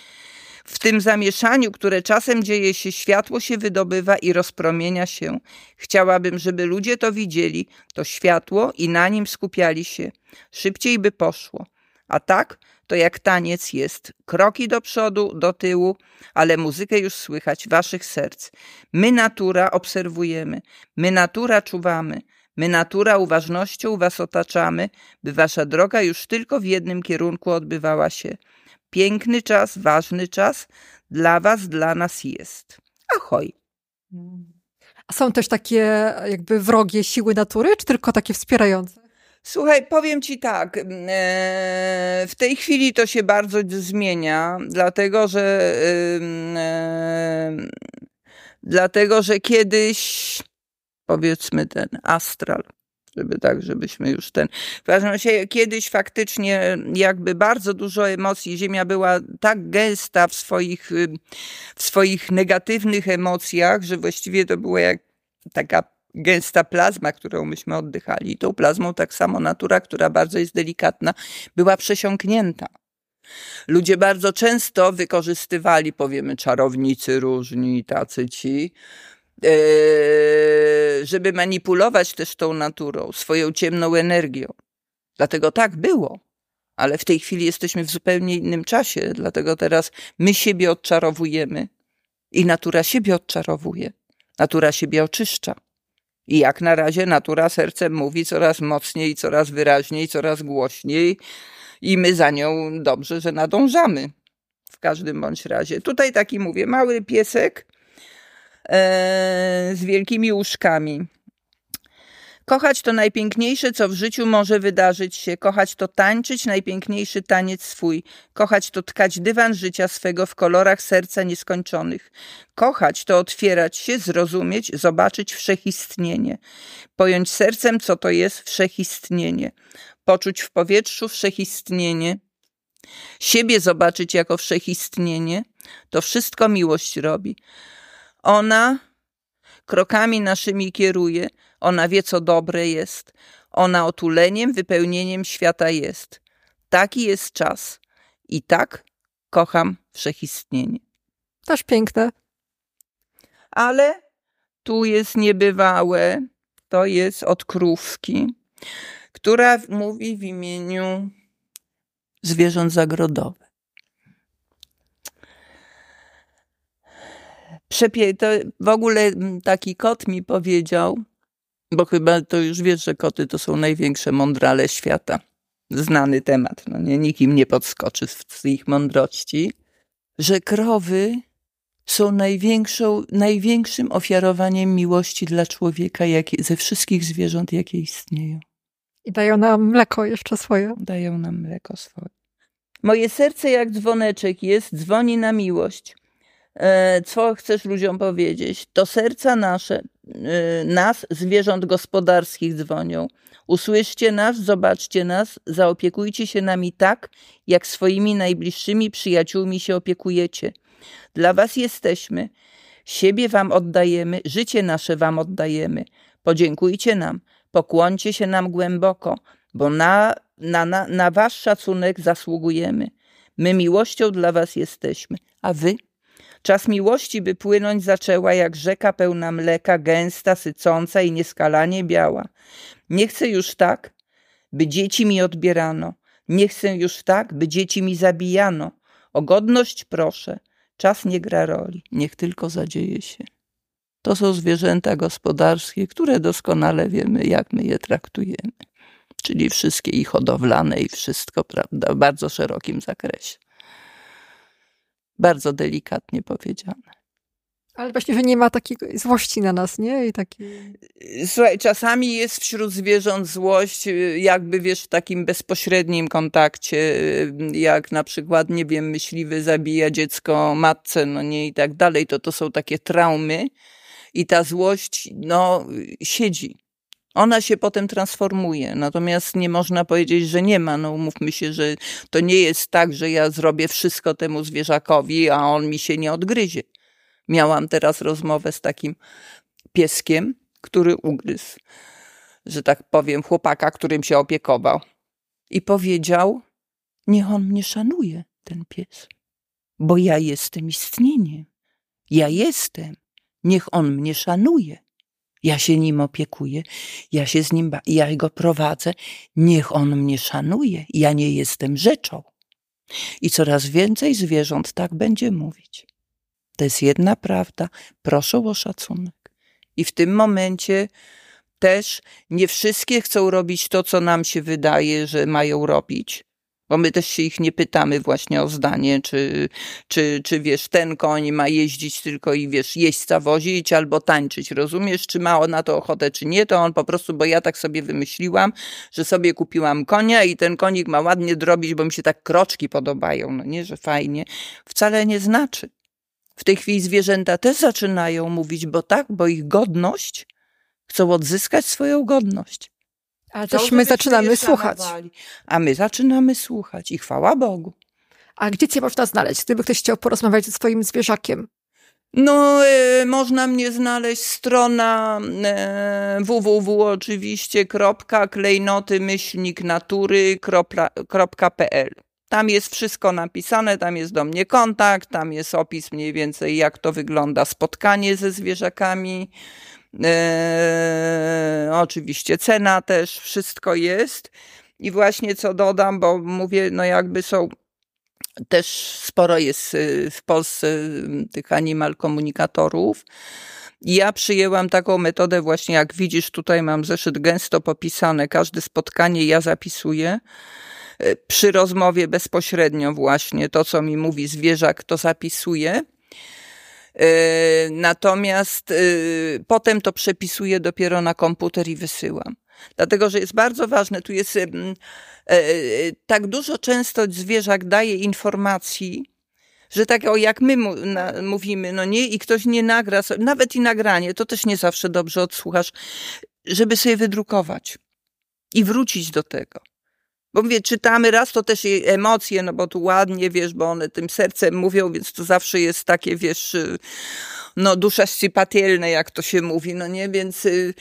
W tym zamieszaniu, które czasem dzieje się, światło się wydobywa i rozpromienia się. Chciałabym, żeby ludzie to widzieli, to światło i na nim skupiali się. Szybciej by poszło. A tak, to jak taniec jest. Kroki do przodu, do tyłu, ale muzykę już słychać, waszych serc. My natura obserwujemy, my natura czuwamy, my natura uważnością was otaczamy, by wasza droga już tylko w jednym kierunku odbywała się. Piękny czas, ważny czas, dla was, dla nas jest. Ahoj. A są też takie jakby wrogie siły natury, czy tylko takie wspierające? Słuchaj, powiem ci tak, e, w tej chwili to się bardzo zmienia, dlatego że e, dlatego, że kiedyś, powiedzmy ten astral, żeby tak, żebyśmy już ten, w każdym razie kiedyś faktycznie jakby bardzo dużo emocji, Ziemia była tak gęsta w swoich, w swoich negatywnych emocjach, że właściwie to była jak taka gęsta plazma, którą myśmy oddychali. I tą plazmą tak samo natura, która bardzo jest delikatna, była przesiąknięta. Ludzie bardzo często wykorzystywali, powiemy, czarownicy różni, tacy ci, żeby manipulować też tą naturą, swoją ciemną energią. Dlatego tak było. Ale w tej chwili jesteśmy w zupełnie innym czasie, dlatego teraz my siebie odczarowujemy i natura siebie odczarowuje. Natura siebie oczyszcza. I jak na razie natura sercem mówi coraz mocniej, coraz wyraźniej, coraz głośniej i my za nią dobrze, że nadążamy. W każdym bądź razie. Tutaj taki, mówię, mały piesek e, z wielkimi uszkami. Kochać to najpiękniejsze, co w życiu może wydarzyć się. Kochać to tańczyć najpiękniejszy taniec swój. Kochać to tkać dywan życia swego w kolorach serca nieskończonych. Kochać to otwierać się, zrozumieć, zobaczyć wszechistnienie. Pojąć sercem, co to jest wszechistnienie. Poczuć w powietrzu wszechistnienie. Siebie zobaczyć jako wszechistnienie. To wszystko miłość robi. Ona krokami naszymi kieruje. Ona wie, co dobre jest. Ona otuleniem, wypełnieniem świata jest. Taki jest czas. I tak kocham wszechistnienie. Też piękne. Ale tu jest niebywałe. To jest od krówki, która mówi w imieniu zwierząt zagrodowych. Przepie- to w ogóle taki kot mi powiedział, bo chyba to już wiesz, że koty to są największe mądrale świata. Znany temat, no nie, nikim nie podskoczy z ich mądrości, że krowy są największą, największym ofiarowaniem miłości dla człowieka jakie, ze wszystkich zwierząt, jakie istnieją. I dają nam mleko jeszcze swoje. Dają nam mleko swoje. Moje serce jak dzwoneczek jest, dzwoni na miłość. Co chcesz ludziom powiedzieć? To serca nasze, nas, zwierząt gospodarskich dzwonią. Usłyszcie nas, zobaczcie nas, zaopiekujcie się nami tak, jak swoimi najbliższymi przyjaciółmi się opiekujecie. Dla was jesteśmy, siebie wam oddajemy, życie nasze wam oddajemy. Podziękujcie nam, pokłońcie się nam głęboko, bo na, na, na, na wasz szacunek zasługujemy. My miłością dla was jesteśmy, a wy? Czas miłości, by płynąć zaczęła jak rzeka pełna mleka, gęsta, sycąca i nieskalanie biała. Nie chcę już tak, by dzieci mi odbierano. Nie chcę już tak, by dzieci mi zabijano. O godność proszę, czas nie gra roli, niech tylko zadzieje się. To są zwierzęta gospodarskie, które doskonale wiemy, jak my je traktujemy. Czyli wszystkie i hodowlane i wszystko, prawda, w bardzo szerokim zakresie. Bardzo delikatnie powiedziane. Ale właśnie, że nie ma takiej złości na nas, nie? I taki... Słuchaj, czasami jest wśród zwierząt złość, jakby wiesz, w takim bezpośrednim kontakcie, jak na przykład, nie wiem, myśliwy zabija dziecko matce, no nie, i tak dalej, to to są takie traumy i ta złość, no, siedzi. Ona się potem transformuje, natomiast nie można powiedzieć, że nie ma. No umówmy się, że to nie jest tak, że ja zrobię wszystko temu zwierzakowi, a on mi się nie odgryzie. Miałam teraz rozmowę z takim pieskiem, który ugryzł, że tak powiem, chłopaka, którym się opiekował. I powiedział, niech on mnie szanuje, ten pies, bo ja jestem istnieniem. Ja jestem, niech on mnie szanuje. Ja się nim opiekuję, ja się z nim, ba- ja go prowadzę, niech on mnie szanuje, ja nie jestem rzeczą. I coraz więcej zwierząt tak będzie mówić. To jest jedna prawda, proszę o szacunek. I w tym momencie też nie wszystkie chcą robić to, co nam się wydaje, że mają robić. Bo my też się ich nie pytamy właśnie o zdanie, czy, czy, czy wiesz, ten koń ma jeździć tylko i wiesz, jeźdźca wozić albo tańczyć, rozumiesz? Czy ma on na to ochotę, czy nie, to on po prostu, bo ja tak sobie wymyśliłam, że sobie kupiłam konia i ten konik ma ładnie drobić, bo mi się tak kroczki podobają, no nie, że fajnie. Wcale nie znaczy. W tej chwili zwierzęta też zaczynają mówić, bo tak, bo ich godność, chcą odzyskać swoją godność. Ale też my zaczynamy słuchać. A my zaczynamy słuchać i chwała Bogu. A gdzie cię można znaleźć, gdyby ktoś chciał porozmawiać ze swoim zwierzakiem? No, e, można mnie znaleźć, strona e, www oczywiście, kropka, klejnoty, myślnik natury, kropla, kropka pl. Tam jest wszystko napisane, tam jest do mnie kontakt, tam jest opis mniej więcej, jak to wygląda spotkanie ze zwierzakami. E, oczywiście cena też, wszystko jest. I właśnie co dodam, bo mówię, no jakby są, też sporo jest w Polsce tych animal komunikatorów. Ja przyjęłam taką metodę właśnie, jak widzisz, tutaj mam zeszyt gęsto popisane, każde spotkanie ja zapisuję. Przy rozmowie bezpośrednio właśnie to, co mi mówi zwierzak, to zapisuję. Natomiast potem to przepisuję dopiero na komputer i wysyłam. Dlatego, że jest bardzo ważne, tu jest tak dużo często zwierzak daje informacji, że tak o jak my mówimy, no nie, i ktoś nie nagra, nawet i nagranie, to też nie zawsze dobrze odsłuchasz, żeby sobie wydrukować i wrócić do tego. Bo mówię, czytamy raz, to też emocje, no bo tu ładnie, wiesz, bo one tym sercem mówią, więc to zawsze jest takie, wiesz, no dusza ścipatelna, jak to się mówi, no nie, więc, yy,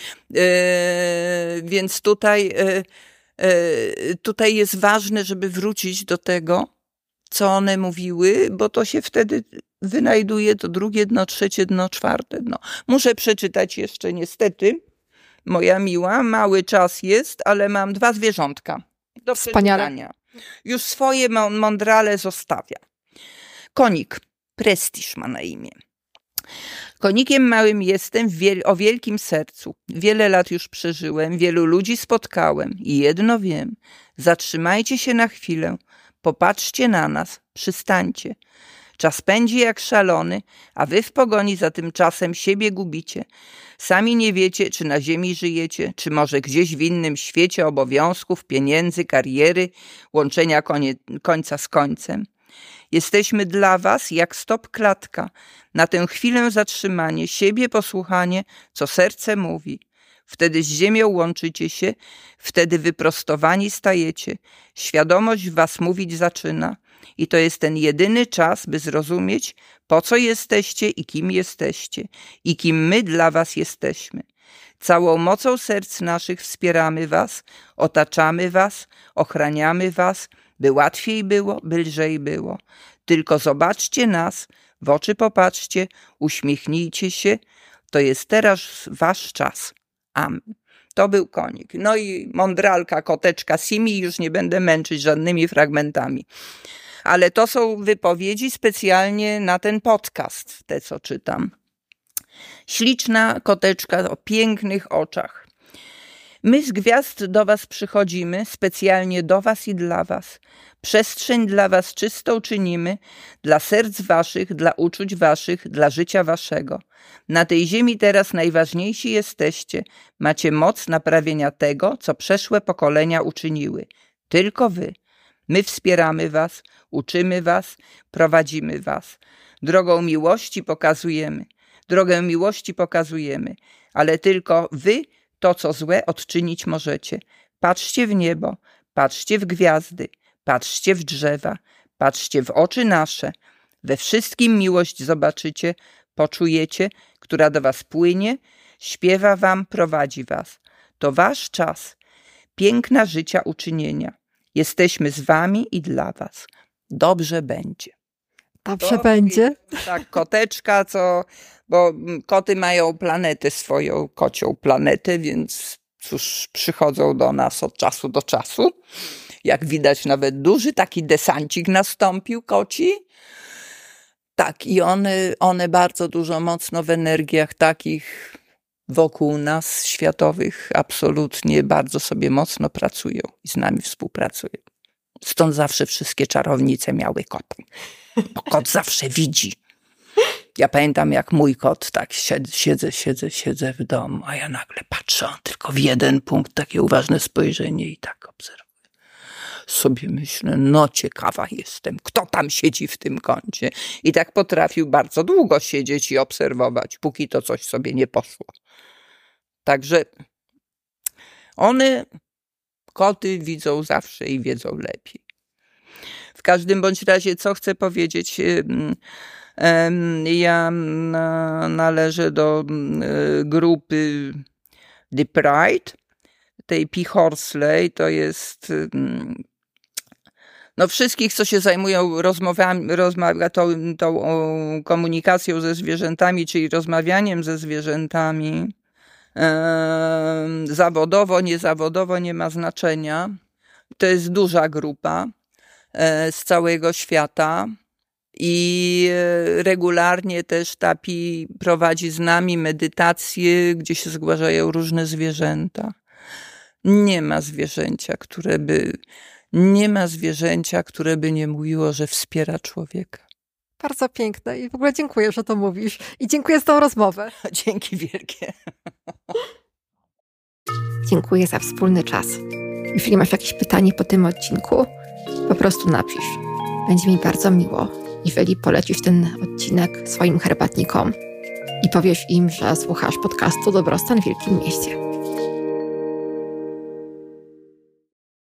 więc tutaj, yy, yy, tutaj jest ważne, żeby wrócić do tego, co one mówiły, bo to się wtedy wynajduje to drugie dno, trzecie dno, czwarte dno. Muszę przeczytać jeszcze niestety, moja miła, mały czas jest, ale mam dwa zwierzątka do przeczytania. Już swoje mądrale zostawia. Konik, prestiż ma na imię. Konikiem małym jestem o wielkim sercu. Wiele lat już przeżyłem, wielu ludzi spotkałem i jedno wiem. Zatrzymajcie się na chwilę, popatrzcie na nas, przystańcie. Czas pędzi jak szalony, a wy w pogoni za tym czasem siebie gubicie. Sami nie wiecie, czy na ziemi żyjecie, czy może gdzieś w innym świecie obowiązków, pieniędzy, kariery, łączenia konie, końca z końcem. Jesteśmy dla was jak stop klatka, na tę chwilę zatrzymanie, siebie posłuchanie, co serce mówi. Wtedy z ziemią łączycie się, wtedy wyprostowani stajecie. Świadomość w was mówić zaczyna. I to jest ten jedyny czas, by zrozumieć, po co jesteście i kim jesteście. I kim my dla was jesteśmy. Całą mocą serc naszych wspieramy was, otaczamy was, ochraniamy was, by łatwiej było, by lżej było. Tylko zobaczcie nas, w oczy popatrzcie, uśmiechnijcie się. To jest teraz wasz czas. Amen. To był konik. No i mądralka, koteczka Simi, już nie będę męczyć żadnymi fragmentami. Ale to są wypowiedzi specjalnie na ten podcast, te co czytam. Śliczna koteczka o pięknych oczach. My z gwiazd do was przychodzimy, specjalnie do was i dla was. Przestrzeń dla was czystą czynimy, dla serc waszych, dla uczuć waszych, dla życia waszego. Na tej ziemi teraz najważniejsi jesteście. Macie moc naprawienia tego, co przeszłe pokolenia uczyniły. Tylko wy. My wspieramy was, uczymy was, prowadzimy was. Drogą miłości pokazujemy. Drogę miłości pokazujemy. Ale tylko wy to, co złe, odczynić możecie. Patrzcie w niebo, patrzcie w gwiazdy, patrzcie w drzewa, patrzcie w oczy nasze. We wszystkim miłość zobaczycie, poczujecie, która do was płynie, śpiewa wam, prowadzi was. To wasz czas, piękna życia uczynienia. Jesteśmy z wami i dla was. Dobrze będzie. Dobrze to będzie. Tak, koteczka, co, bo koty mają planetę swoją, kocią planetę, więc cóż, przychodzą do nas od czasu do czasu. Jak widać, nawet duży taki desancik nastąpił koci. Tak, i one, one bardzo dużo mocno w energiach takich wokół nas, światowych, absolutnie bardzo sobie mocno pracują i z nami współpracują. Stąd zawsze wszystkie czarownice miały kota. Bo kot zawsze widzi. Ja pamiętam, jak mój kot, tak siedzę, siedzę, siedzę, siedzę w domu, a ja nagle patrzę, on tylko w jeden punkt, takie uważne spojrzenie i tak obserwuję. Sobie myślę, no ciekawa jestem, kto tam siedzi w tym kącie. I tak potrafił bardzo długo siedzieć i obserwować, póki to coś sobie nie poszło. Także one, koty widzą zawsze i wiedzą lepiej. W każdym bądź razie, co chcę powiedzieć, ja należę do grupy The Pride, tej P. Horsley, to jest no wszystkich, co się zajmują rozmowami, rozmawia, tą, tą komunikacją ze zwierzętami, czyli rozmawianiem ze zwierzętami, zawodowo, niezawodowo, nie ma znaczenia. To jest duża grupa z całego świata i regularnie też T A P I prowadzi z nami medytacje, gdzie się zgłaszają różne zwierzęta. Nie ma zwierzęcia, które by, nie ma zwierzęcia, które by nie mówiło, że wspiera człowieka. Bardzo piękne i w ogóle dziękuję, że to mówisz. I dziękuję za tą rozmowę. Dzięki wielkie. Dziękuję za wspólny czas. Jeśli masz jakieś pytanie po tym odcinku, po prostu napisz. Będzie mi bardzo miło, jeżeli polecisz ten odcinek swoim herbatnikom i powiesz im, że słuchasz podcastu Dobrostan w Wielkim Mieście.